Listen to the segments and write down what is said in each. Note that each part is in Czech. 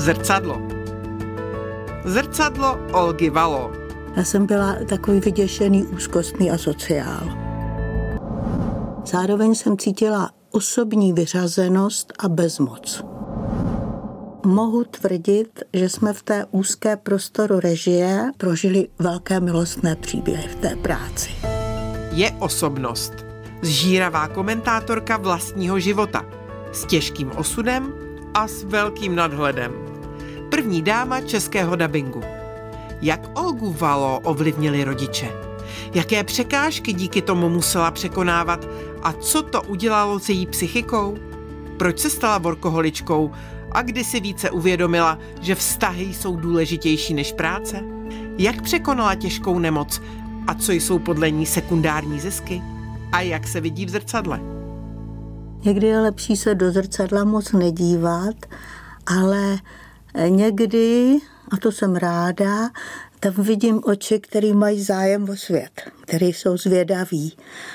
Zrcadlo. Zrcadlo Olgy Valo. Já jsem byla takový vyděšený, úzkostný asociál. Zároveň jsem cítila osobní vyřazenost a bezmoc. Mohu tvrdit, že jsme v té úzké prostoru režie prožili velké milostné příběhy v té práci. Je osobnost. Zžíravá komentátorka vlastního života. S těžkým osudem a s velkým nadhledem. První dáma českého dabingu. Jak Olgu Valo ovlivnili rodiče? Jaké překážky díky tomu musela překonávat a co to udělalo s její psychikou? Proč se stala workoholičkou a kdy si více uvědomila, že vztahy jsou důležitější než práce? Jak překonala těžkou nemoc a co jsou podle ní sekundární zisky? A jak se vidí v zrcadle? Někdy je lepší se do zrcadla moc nedívat, ale někdy, a to jsem ráda, tam vidím oči, které mají zájem o svět, které jsou zvědaví.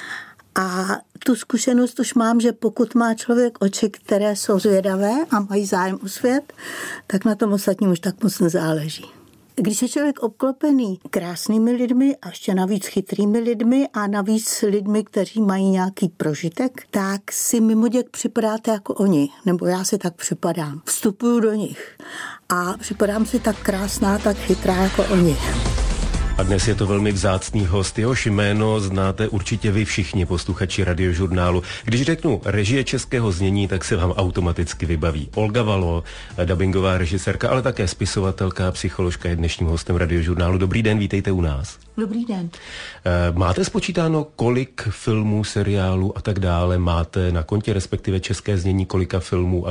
A tu zkušenost už mám, že pokud má člověk oči, které jsou zvědavé a mají zájem o svět, tak na tom ostatním už tak moc nezáleží. Když je člověk obklopený krásnými lidmi a ještě navíc chytrými lidmi a navíc lidmi, kteří mají nějaký prožitek, tak si mimoděk připadáte jako oni, nebo já si tak připadám. Vstupuju do nich a připadám si tak krásná, tak chytrá jako oni. A dnes je to velmi vzácný host, jehož jméno znáte určitě vy všichni posluchači Radiožurnálu. Když řeknu režie českého znění, tak se vám automaticky vybaví Olga Valo, dabingová režisérka, ale také spisovatelka a psycholožka je dnešním hostem Radiožurnálu. Dobrý den, vítejte u nás. Dobrý den. Máte spočítáno, kolik filmů, seriálů a tak dále máte na kontě, respektive české znění, kolika filmů a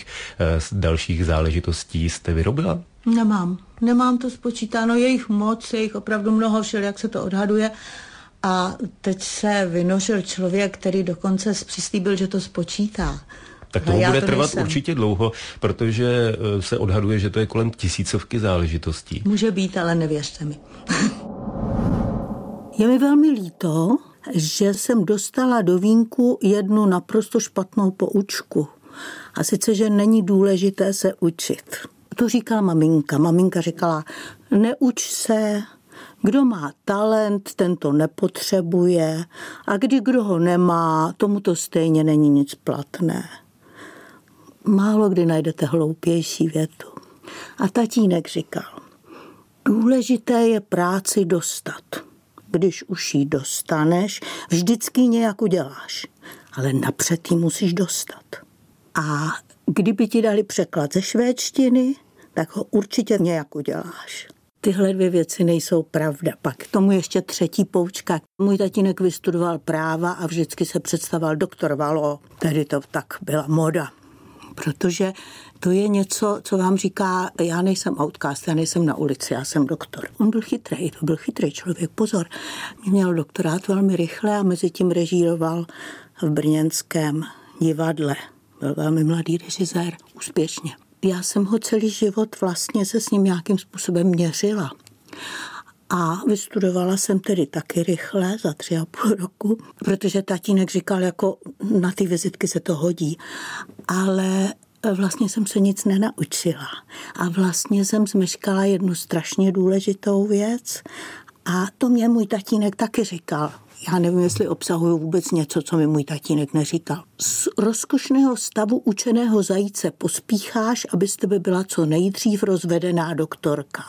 dalších záležitostí jste vyrobila? Nemám to spočítáno, je jich moc, je jich opravdu mnoho, všelijak se to odhaduje. A teď se vynožil člověk, který dokonce přislíbil, že to spočítá. Tak tomu bude trvat určitě dlouho, protože se odhaduje, že to je kolem 1000 záležitostí. Může být, ale nevěřte mi. Je mi velmi líto, že jsem dostala do vínku jednu naprosto špatnou poučku. A sice, že není důležité se učit. To říkala maminka. Maminka říkala, neuč se, kdo má talent, ten to nepotřebuje a kdo ho nemá, tomu to stejně není nic platné. Málo kdy najdete hloupější větu. A tatínek říkal, důležité je práci dostat. Když už ji dostaneš, vždycky nějak uděláš, ale napřed ji musíš dostat. A kdyby ti dali překlad ze švédštiny, tak ho určitě nějak uděláš. Tyhle 2 věci nejsou pravda. Pak k tomu ještě 3. poučka. Můj tatínek vystudoval práva a vždycky se představoval doktor Valo. Tedy to tak byla moda. Protože to je něco, co vám říká, já nejsem outcast, já nejsem na ulici, já jsem doktor. On byl chytrý, to byl chytrý člověk, pozor. Měl doktorát velmi rychle a mezi tím režíroval v brněnském divadle. Byl velmi mladý režisér, úspěšně. Já jsem ho celý život vlastně se s ním nějakým způsobem měřila. A vystudovala jsem tedy taky rychle, za 3,5 roku, protože tatínek říkal, jako na ty vizitky se to hodí. Ale vlastně jsem se nic nenaučila. A vlastně jsem zmeškala jednu strašně důležitou věc a to mě můj tatínek taky říkal. Já nevím, jestli obsahuju vůbec něco, co mi můj tatínek neříkal. Z rozkošného stavu učeného zajíce pospícháš, aby z tebe byla co nejdřív rozvedená doktorka.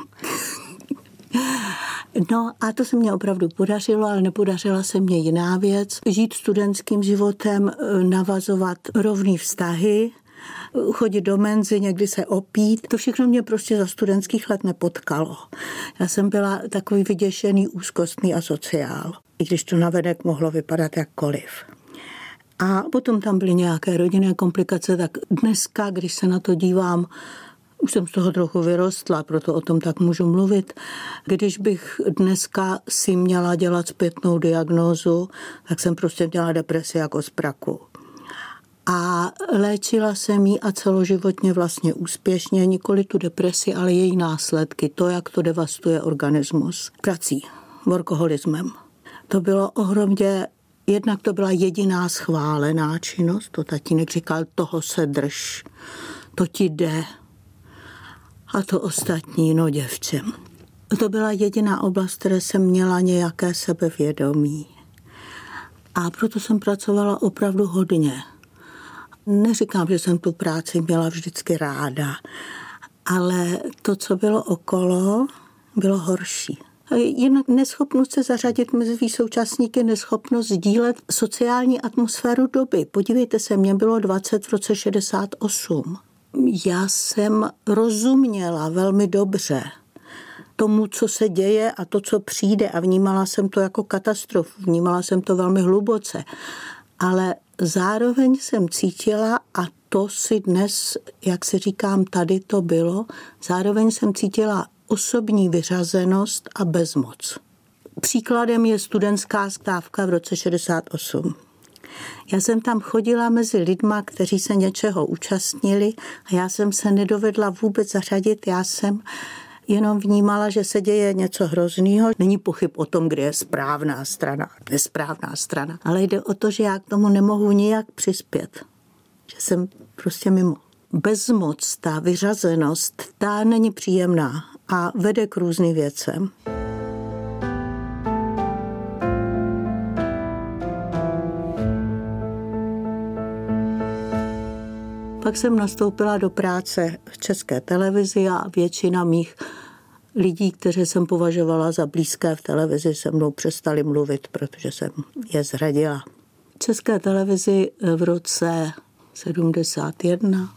No a to se mně opravdu podařilo, ale nepodařila se mně jiná věc. Žít studentským životem, navazovat rovný vztahy, chodit do menzy, někdy se opít. To všechno mě prostě za studentských let nepotkalo. Já jsem byla takový vyděšený, úzkostný asociál, i když to navenek mohlo vypadat jakkoliv. A potom tam byly nějaké rodinné komplikace, tak dneska, když se na to dívám, už jsem z toho trochu vyrostla, proto o tom tak můžu mluvit. Když bych dneska si měla dělat zpětnou diagnózu, tak jsem prostě měla depresi jako z praku. A léčila jsem ji a celoživotně vlastně úspěšně, nikoli tu depresi, ale její následky, to, jak to devastuje organismus. Prací, workoholismem. To bylo ohromně, jednak to byla jediná schválená činnost, to tatínek říkal, toho se drž, to ti jde. A to ostatní, no děvče. To byla jediná oblast, které jsem měla nějaké sebevědomí. A proto jsem pracovala opravdu hodně. Neříkám, že jsem tu práci měla vždycky ráda, ale to, co bylo okolo, bylo horší. Jinak neschopnost se zařadit mezi svý současníky, neschopnost sdílet sociální atmosféru doby. Podívejte se, mě bylo 20 v roce 68. Já jsem rozuměla velmi dobře tomu, co se děje a to, co přijde, a vnímala jsem to jako katastrofu, vnímala jsem to velmi hluboce. Ale zároveň jsem cítila, a to si dnes, jak si říkám, tady to bylo, zároveň jsem cítila osobní vyřazenost a bezmoc. Příkladem je studentská stávka v roce 68. Já jsem tam chodila mezi lidma, kteří se něčeho účastnili a já jsem se nedovedla vůbec zařadit, já jsem jenom vnímala, že se děje něco hroznýho. Není pochyb o tom, kde je správná strana, nesprávná strana, ale jde o to, že já k tomu nemohu nijak přispět. Že jsem prostě mimo. Bezmoc, ta vyřazenost, ta není příjemná a vede k různým věcem. Pak jsem nastoupila do práce v České televizi a většina mých lidí, kteří jsem považovala za blízké v televizi, se mnou přestali mluvit, protože jsem je zradila. V České televizi v roce 70,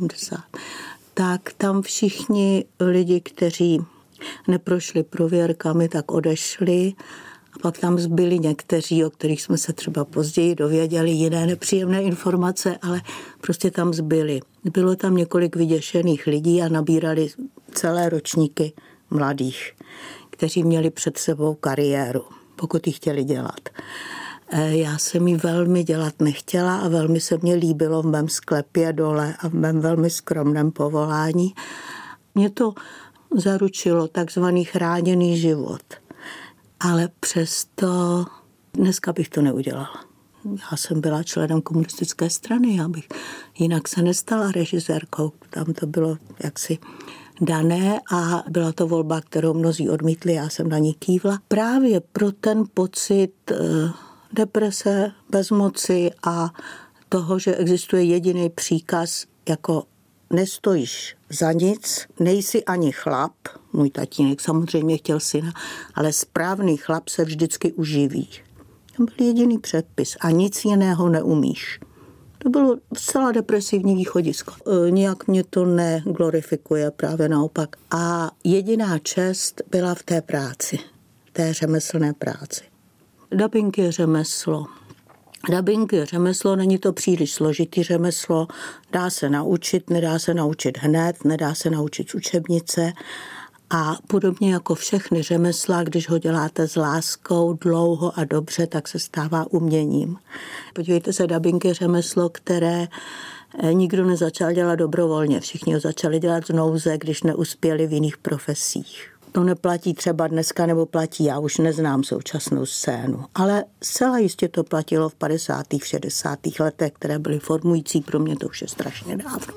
tak tam všichni lidi, kteří neprošli prověrkami, tak odešli. A pak tam zbyli někteří, o kterých jsme se třeba později dověděli, jiné nepříjemné informace, ale prostě tam zbyli. Bylo tam několik vyděšených lidí a nabírali celé ročníky mladých, kteří měli před sebou kariéru, pokud ji chtěli dělat. Já jsem ji velmi dělat nechtěla a velmi se mě líbilo v mém sklepě dole a v mém velmi skromném povolání. Mě to zaručilo takzvaný chráněný život. Ale přesto dneska bych to neudělala. Já jsem byla členem komunistické strany, já bych jinak se nestala režisérkou. Tam to bylo jaksi dané a byla to volba, kterou mnozí odmítli, já jsem na ní kývla. Právě pro ten pocit deprese, bezmoci a toho, že existuje jediný příkaz, jako nestojíš za nic, nejsi ani chlap, můj tatínek samozřejmě chtěl syna, ale správný chlap se vždycky uživí. To byl jediný předpis a nic jiného neumíš. To bylo zcela depresivní východisko. Nijak mě to neglorifikuje, právě naopak. A jediná čest byla v té práci, v té řemeslné práci. Dabing je řemeslo. Dabing je řemeslo, není to příliš složitý řemeslo, dá se naučit, nedá se naučit hned, nedá se naučit z učebnice a podobně jako všechny řemesla, když ho děláte s láskou dlouho a dobře, tak se stává uměním. Podívejte se, dabing je řemeslo, které nikdo nezačal dělat dobrovolně, všichni ho začali dělat z nouze, když neuspěli v jiných profesích. To neplatí třeba dneska, nebo platí, já už neznám současnou scénu. Ale zcela jistě to platilo v 50. 60. letech, které byly formující, pro mě to už je strašně dávno.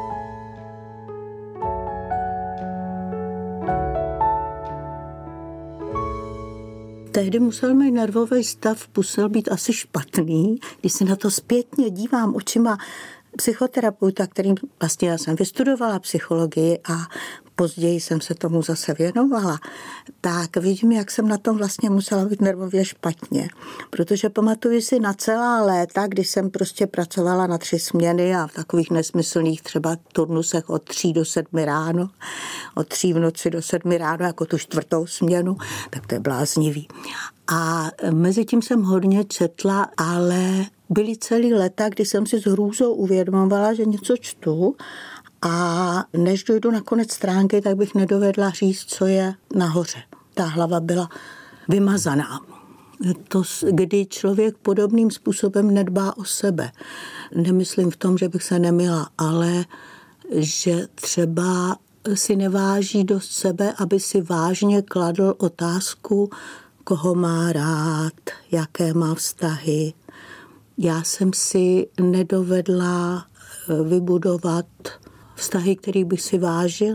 Tehdy musel můj nervový stav musel být asi špatný, když se na to zpětně dívám očima psychoterapeuta, kterým vlastně já jsem vystudovala psychologii a později jsem se tomu zase věnovala, tak vidím, jak jsem na tom vlastně musela být nervově špatně. Protože pamatuju si na celá léta, když jsem prostě pracovala na 3 směny a v takových nesmyslných třeba turnusech od 3 do 7 ráno, od 3 v noci do 7 ráno, jako tu 4. směnu, tak to je bláznivý. A mezi tím jsem hodně četla, ale byly celý léta, kdy jsem si s hrůzou uvědomovala, že něco čtu a než dojdu na konec stránky, tak bych nedovedla říct, co je nahoře. Ta hlava byla vymazaná. To, kdy člověk podobným způsobem nedbá o sebe. Nemyslím v tom, že bych se nemila, ale že třeba si neváží dost sebe, aby si vážně kladl otázku, koho má rád, jaké má vztahy. Já jsem si nedovedla vybudovat vztahy, který bych si vážila.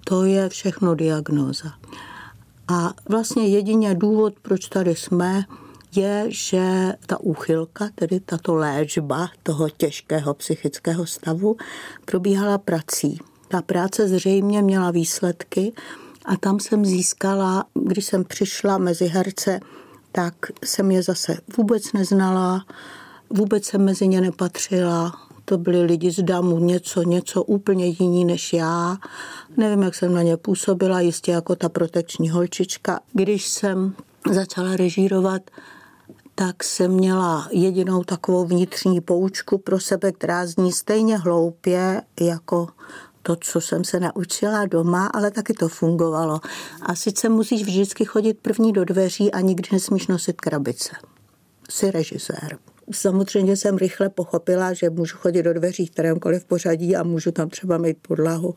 To je všechno diagnóza. A vlastně jedině důvod, proč tady jsme, je, že ta úchylka, tedy tato léčba toho těžkého psychického stavu, probíhala prací. Ta práce zřejmě měla výsledky a tam jsem získala, když jsem přišla mezi herce, tak jsem je zase vůbec neznala, vůbec jsem mezi ně nepatřila. To byli lidi z damu, něco úplně jiný než já. Nevím, jak jsem na ně působila, jistě jako ta protekční holčička. Když jsem začala režírovat, tak jsem měla jedinou takovou vnitřní poučku pro sebe, která zní stejně hloupě jako to, co jsem se naučila doma, ale taky to fungovalo. A sice musíš vždycky chodit první do dveří a nikdy nesmíš nosit krabice. Jsi režisér. Samozřejmě jsem rychle pochopila, že můžu chodit do dveří v kterémkoliv pořadí a můžu tam třeba mít podlahu.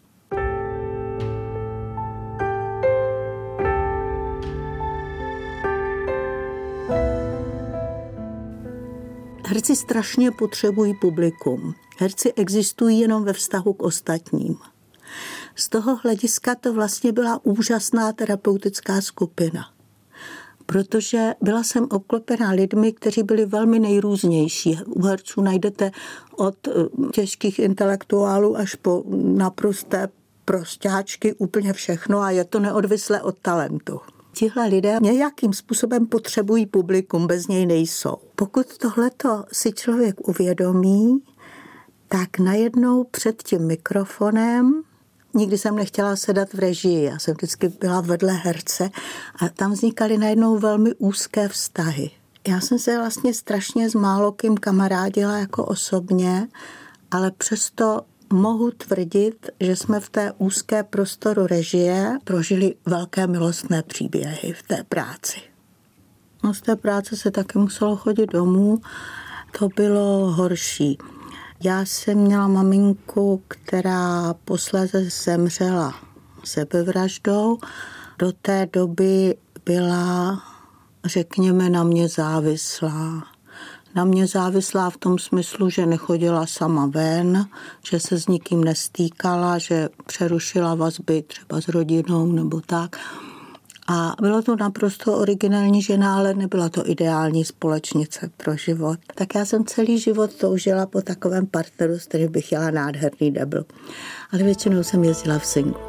Herci strašně potřebují publikum. Herci existují jenom ve vztahu k ostatním. Z toho hlediska to vlastně byla úžasná terapeutická skupina. Protože byla jsem obklopená lidmi, kteří byli velmi nejrůznější. U herců najdete od těžkých intelektuálů až po naprosté prostáčky úplně všechno a je to neodvislé od talentu. Tihle lidé nějakým způsobem potřebují publikum, bez něj nejsou. Pokud tohleto si člověk uvědomí, tak najednou před tím mikrofonem, nikdy jsem nechtěla sedat v režii, já jsem vždycky byla vedle herce a tam vznikaly najednou velmi úzké vztahy. Já jsem se vlastně strašně s málokým kamarádila jako osobně, ale přesto mohu tvrdit, že jsme v té úzké prostoru režie prožili velké milostné příběhy v té práci. No z té práce se taky muselo chodit domů, to bylo horší. Já jsem měla maminku, která posléze zemřela sebevraždou. Do té doby byla, řekněme, na mě závislá. Na mě závislá v tom smyslu, že nechodila sama ven, že se s nikým nestýkala, že přerušila vazby třeba s rodinou nebo tak. A bylo to naprosto originální žena, ale nebyla to ideální společnice pro život. Tak já jsem celý život toužila po takovém partneru, s kterým bych jela nádherný debl. Ale většinou jsem jezdila v singlu.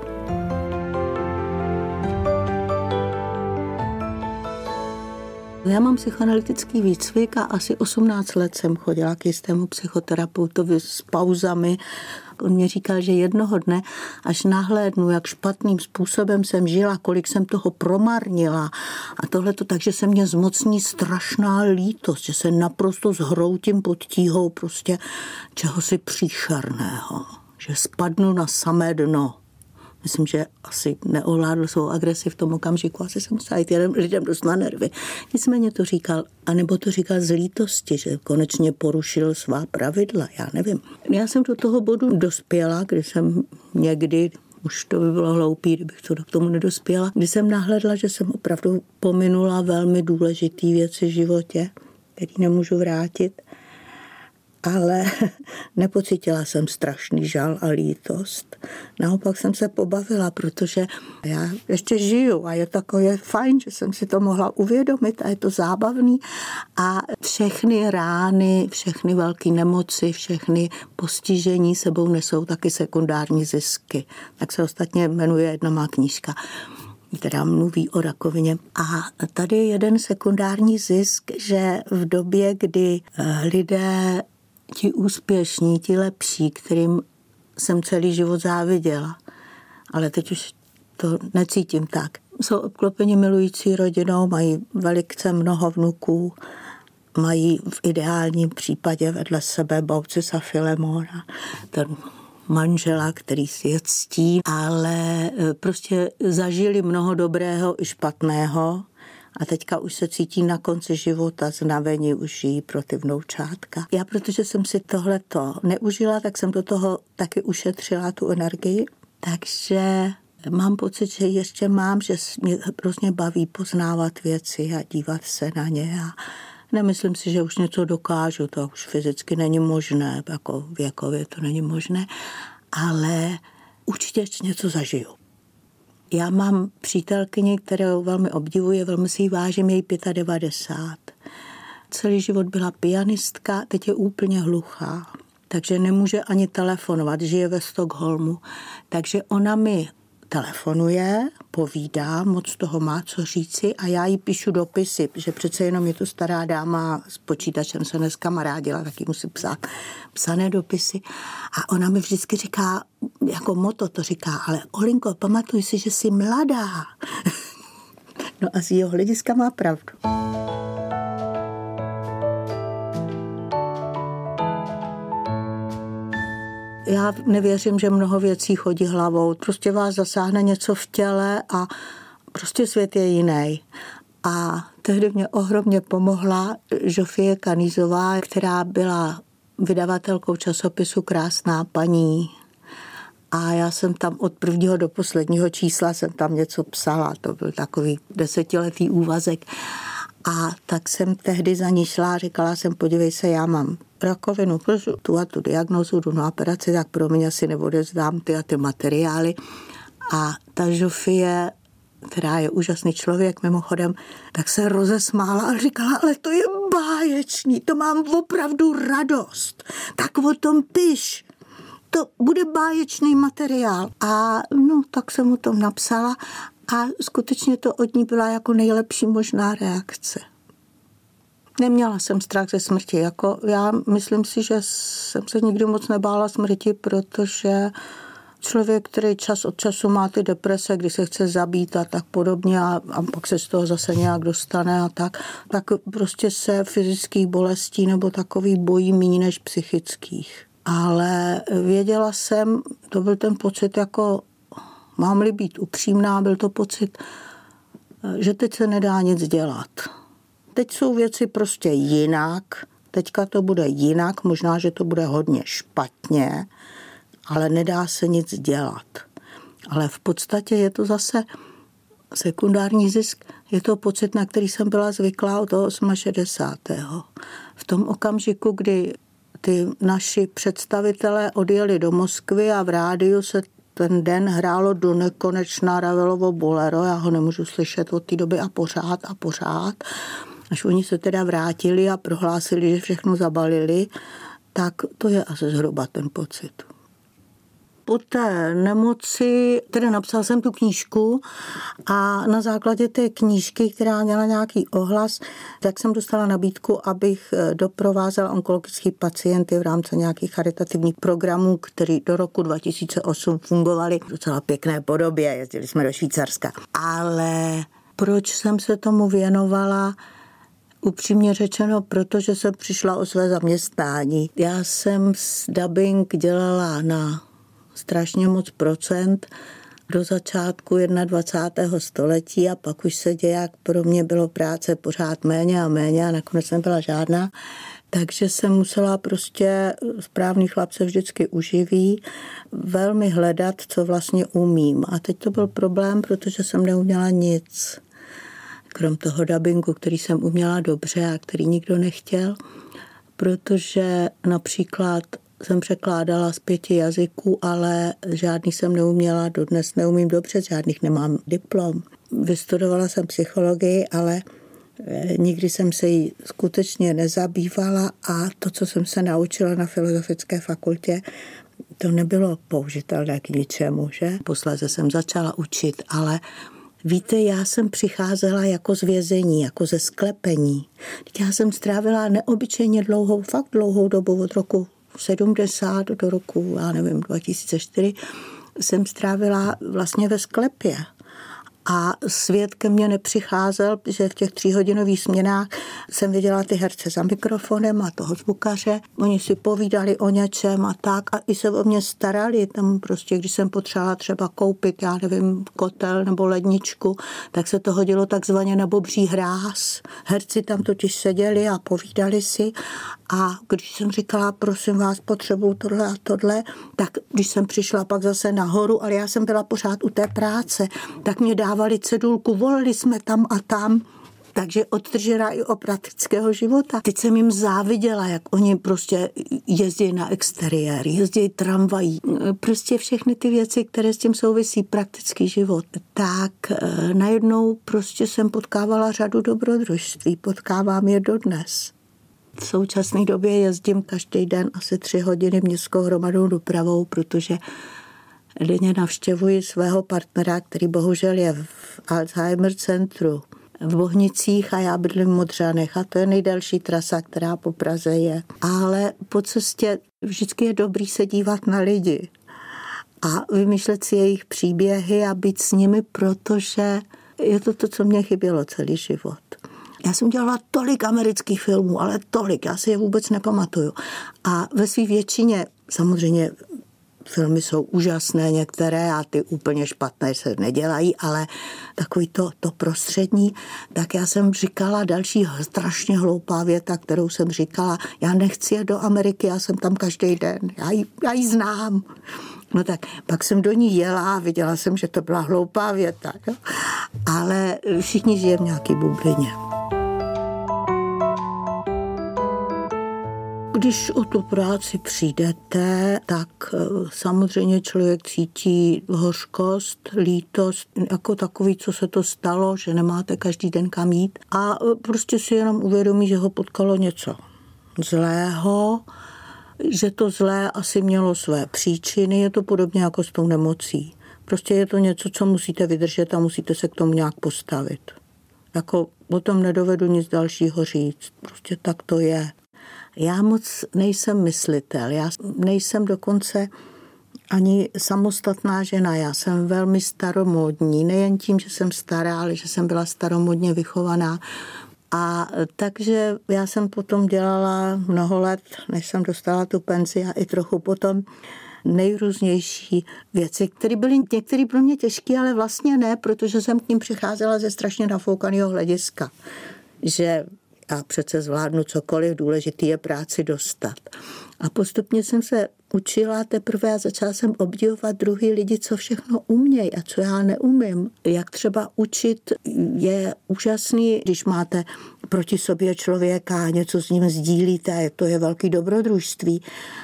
Já mám psychoanalytický výcvik a asi 18 let jsem chodila k jistému psychoterapeutovi s pauzami. On mě říkal, že jednoho dne, až nahlédnu, jak špatným způsobem jsem žila, kolik jsem toho promarnila a tohleto, takže se mě zmocní strašná lítost, že se naprosto zhroutím pod tíhou prostě čehosi příšerného, že spadnu na samé dno. Myslím, že asi neovládl svou agresi v tom okamžiku, asi jsem musela jít lidem dost na nervy. Nicméně to říkal, anebo to říkal z lítosti, že konečně porušil svá pravidla, já nevím. Já jsem do toho bodu dospěla, když jsem někdy, už to by bylo hloupý, kdybych to k tomu nedospěla, když jsem nahlédla, že jsem opravdu pominula velmi důležité věci v životě, který nemůžu vrátit. Ale nepocítila jsem strašný žal a lítost. Naopak jsem se pobavila, protože já ještě žiju a je fajn, že jsem si to mohla uvědomit a je to zábavný. A všechny rány, všechny velké nemoci, všechny postižení sebou nesou taky sekundární zisky. Tak se ostatně jmenuje jedna má knížka, která mluví o rakovině. A tady je jeden sekundární zisk, že v době, kdy lidé ti úspěšní, ti lepší, kterým jsem celý život záviděla, ale teď už to necítím tak. Jsou obklopeni milující rodinou, mají velice mnoho vnuků, mají v ideálním případě vedle sebe Baucis a Filemona, ten manžela, který si je ctí, ale prostě zažili mnoho dobrého i špatného. A teďka už se cítí na konci života, znavení už žijí pro ty vnoučátka. Já, protože jsem si tohleto neužila, tak jsem do toho taky ušetřila tu energii. Takže mám pocit, že ještě mám, že mě hrozně baví poznávat věci a dívat se na ně. A nemyslím si, že už něco dokážu, to už fyzicky není možné, jako věkově to není možné, ale určitě něco zažiju. Já mám přítelkyni, kterou velmi obdivuji, velmi si ji vážím, její 95. Celý život byla pianistka, teď je úplně hluchá, takže nemůže ani telefonovat, žije ve Stockholmu. Takže ona mi telefonuje, povídá, moc toho má co říci a já jí píšu dopisy, že přece jenom je to stará dáma, s počítačem se nezkamarádila, taky musí psát psané dopisy. A ona mi vždycky říká, jako motto to říká, ale Olinko, pamatuj si, že jsi mladá. No a z jeho hlediska má pravdu. Já nevěřím, že mnoho věcí chodí hlavou. Prostě vás zasáhne něco v těle a prostě svět je jiný. A tehdy mě ohromně pomohla Žofie Kanizová, která byla vydavatelkou časopisu Krásná paní. A já jsem tam od prvního do posledního čísla jsem tam něco psala. To byl takový 10letý úvazek. A tak jsem tehdy za ní šla a říkala jsem, podívej se, já mám rakovinu, protože tu a tu diagnózu, jdu na operaci, tak pro mě asi neodevzdám ty a ty materiály. A ta Žofie, která je úžasný člověk mimochodem, tak se rozesmála a říkala, ale to je báječný, to mám opravdu radost. Tak o tom piš. To bude báječný materiál. A no, tak jsem o tom napsala a skutečně to od ní byla jako nejlepší možná reakce. Neměla jsem strach ze smrti. Jako já myslím si, že jsem se nikdy moc nebála smrti, protože člověk, který čas od času má ty deprese, kdy se chce zabít a tak podobně a pak se z toho zase nějak dostane a tak prostě se fyzických bolestí nebo takových bojí méně než psychických. Ale věděla jsem, to byl ten pocit jako, mám-li být upřímná, byl to pocit, že teď se nedá nic dělat. Teď jsou věci prostě jinak, teďka to bude jinak, možná, že to bude hodně špatně, ale nedá se nic dělat. Ale v podstatě je to zase sekundární zisk, je to pocit, na který jsem byla zvyklá od toho 68. V tom okamžiku, kdy ty naši představitelé odjeli do Moskvy a v rádiu se ten den hrálo do nekonečna Ravelovo bolero, já ho nemůžu slyšet od té doby a pořád. Až oni se teda vrátili a prohlásili, že všechno zabalili, tak to je asi zhruba ten pocit. Po té nemoci, teda napsal jsem tu knížku a na základě té knížky, která měla nějaký ohlas, tak jsem dostala nabídku, abych doprovázela onkologické pacienty v rámci nějakých charitativních programů, které do roku 2008 fungovaly v docela pěkné podobě, jezdili jsme do Švýcarska. Ale proč jsem se tomu věnovala? Upřímně řečeno, protože jsem přišla o své zaměstnání. Já jsem dabing dělala na strašně moc procent do začátku 21. století a pak už se děje, jak pro mě bylo práce pořád méně a méně a nakonec nebyla žádná. Takže jsem musela prostě, správný chlap se vždycky uživí, velmi hledat, co vlastně umím. A teď to byl problém, protože jsem neuměla nic. Krom toho dabingu, který jsem uměla dobře a který nikdo nechtěl, protože například jsem překládala z 5 jazyků, ale žádný jsem neuměla, dodnes neumím dobře, žádných nemám diplom. Vystudovala jsem psychologii, ale nikdy jsem se jí skutečně nezabývala a to, co jsem se naučila na Filozofické fakultě, to nebylo použitelné k ničemu, že? Posléze jsem začala učit, ale víte, já jsem přicházela jako z vězení, jako ze sklepení. Já jsem strávila neobyčejně fakt dlouhou dobu od roku 70 do roku, 2004, jsem strávila vlastně ve sklepě. A svět ke mně nepřicházel, že v těch 3hodinových směnách jsem viděla ty herce za mikrofonem a toho zvukaře. Oni si povídali o něčem a tak a i se o mě starali. Tam prostě, když jsem potřebovala třeba koupit, kotel nebo ledničku, tak se to hodilo takzvaně na bobří hráz. Herci tam totiž seděli a povídali si a když jsem říkala, prosím vás, potřebuju tohle a tohle, tak když jsem přišla pak zase nahoru, ale já jsem byla pořád u té práce, tak mě dávali cedulku, volili jsme tam a tam Takže odtržená i od praktického života. Teď jsem jim záviděla, jak oni prostě jezdí na exteriér, jezdí tramvají, prostě všechny ty věci, které s tím souvisí, praktický život. Tak najednou prostě jsem potkávala řadu dobrodružství, potkávám je dodnes. V současné době jezdím každý den asi 3 hodiny městskou hromadnou dopravou, protože denně navštěvuji svého partnera, který bohužel je v Alzheimer centru v Bohnicích a já bydlím v Modřanech a to je nejdelší trasa, která po Praze je. Ale po cestě vždycky je dobrý se dívat na lidi a vymýšlet si jejich příběhy a být s nimi, protože je to, co mě chybělo celý život. Já jsem dělala tolik amerických filmů, ale tolik, já si je vůbec nepamatuju. A ve své většině, samozřejmě filmy jsou úžasné některé a ty úplně špatné se nedělají, ale takový to prostřední, tak já jsem říkala další strašně hloupá věta, kterou jsem říkala, já nechci jet do Ameriky, já jsem tam každý den, já ji znám. No tak pak jsem do ní jela a viděla jsem, že to byla hloupá věta. Jo? Ale všichni žijeme v nějaký bublině. Když o tu práci přijdete, tak samozřejmě člověk cítí hořkost, lítost, jako takový, co se to stalo, že nemáte každý den kam jít a prostě si jenom uvědomí, že ho potkalo něco zlého, že to zlé asi mělo své příčiny, je to podobně jako s tou nemocí. Prostě je to něco, co musíte vydržet a musíte se k tomu nějak postavit. Jako o tom nedovedu nic dalšího říct, prostě tak to je. Já moc nejsem myslitel, já nejsem dokonce ani samostatná žena, já jsem velmi staromódní, nejen tím, že jsem stará, ale že jsem byla staromódně vychovaná. A takže já jsem potom dělala mnoho let, než jsem dostala tu penzi a i trochu potom nejrůznější věci, které byly některé pro mě těžké, ale vlastně ne, protože jsem k ním přicházela ze strašně nafoukaného hlediska, že já přece zvládnu cokoliv, důležitý je práci dostat. A postupně jsem se učila teprve a začala jsem obdivovat druhý lidi, co všechno umějí a co já neumím. Jak třeba učit je úžasný, když máte proti sobě člověka a něco s ním sdílíte, to je velký dobrodružství.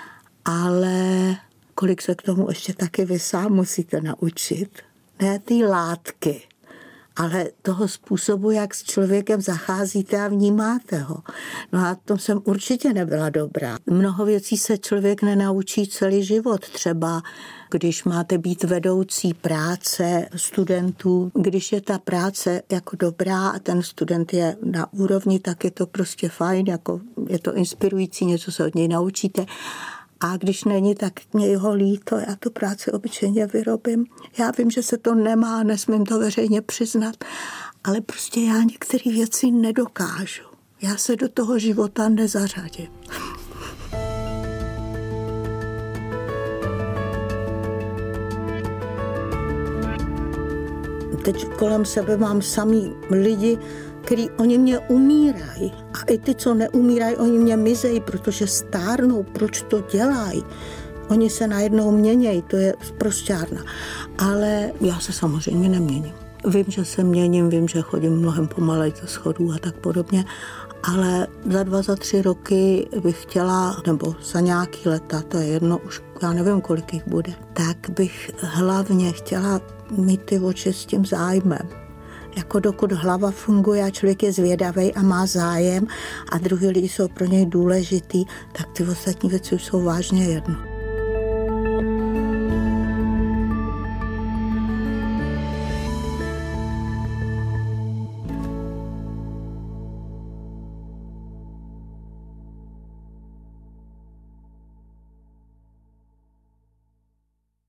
Ale kolik se k tomu ještě taky vy sám musíte naučit. Ne ty látky, ale toho způsobu, jak s člověkem zacházíte a vnímáte ho. No a to jsem určitě nebyla dobrá. Mnoho věcí se člověk nenaučí celý život. Třeba když máte být vedoucí práce studentů, když je ta práce jako dobrá a ten student je na úrovni, tak je to prostě fajn, jako je to inspirující, něco se od něj naučíte. A když není, tak mě ho líto, já tu práci obyčejně vyrobím. Já vím, že se to nemá, nesmím to veřejně přiznat, ale prostě já některé věci nedokážu. Já se do toho života nezařadím. Teď kolem sebe mám samý lidi, který oni mě umírají. A i ty, co neumírají, oni mě mizejí, protože stárnou. Proč to dělají? Oni se najednou měnějí, to je sprosťárna. Ale já se samozřejmě neměním. Vím, že se měním, vím, že chodím mnohem pomalej ze schodů a tak podobně, ale za 2, za 3 roky bych chtěla, nebo za nějaký leta, to je jedno, už já nevím, kolik jich bude, tak bych hlavně chtěla mít ty oči s tím zájmem. Jako dokud hlava funguje a člověk je zvědavý a má zájem a druhý lidi jsou pro něj důležitý, tak ty ostatní věci už jsou vážně jedno.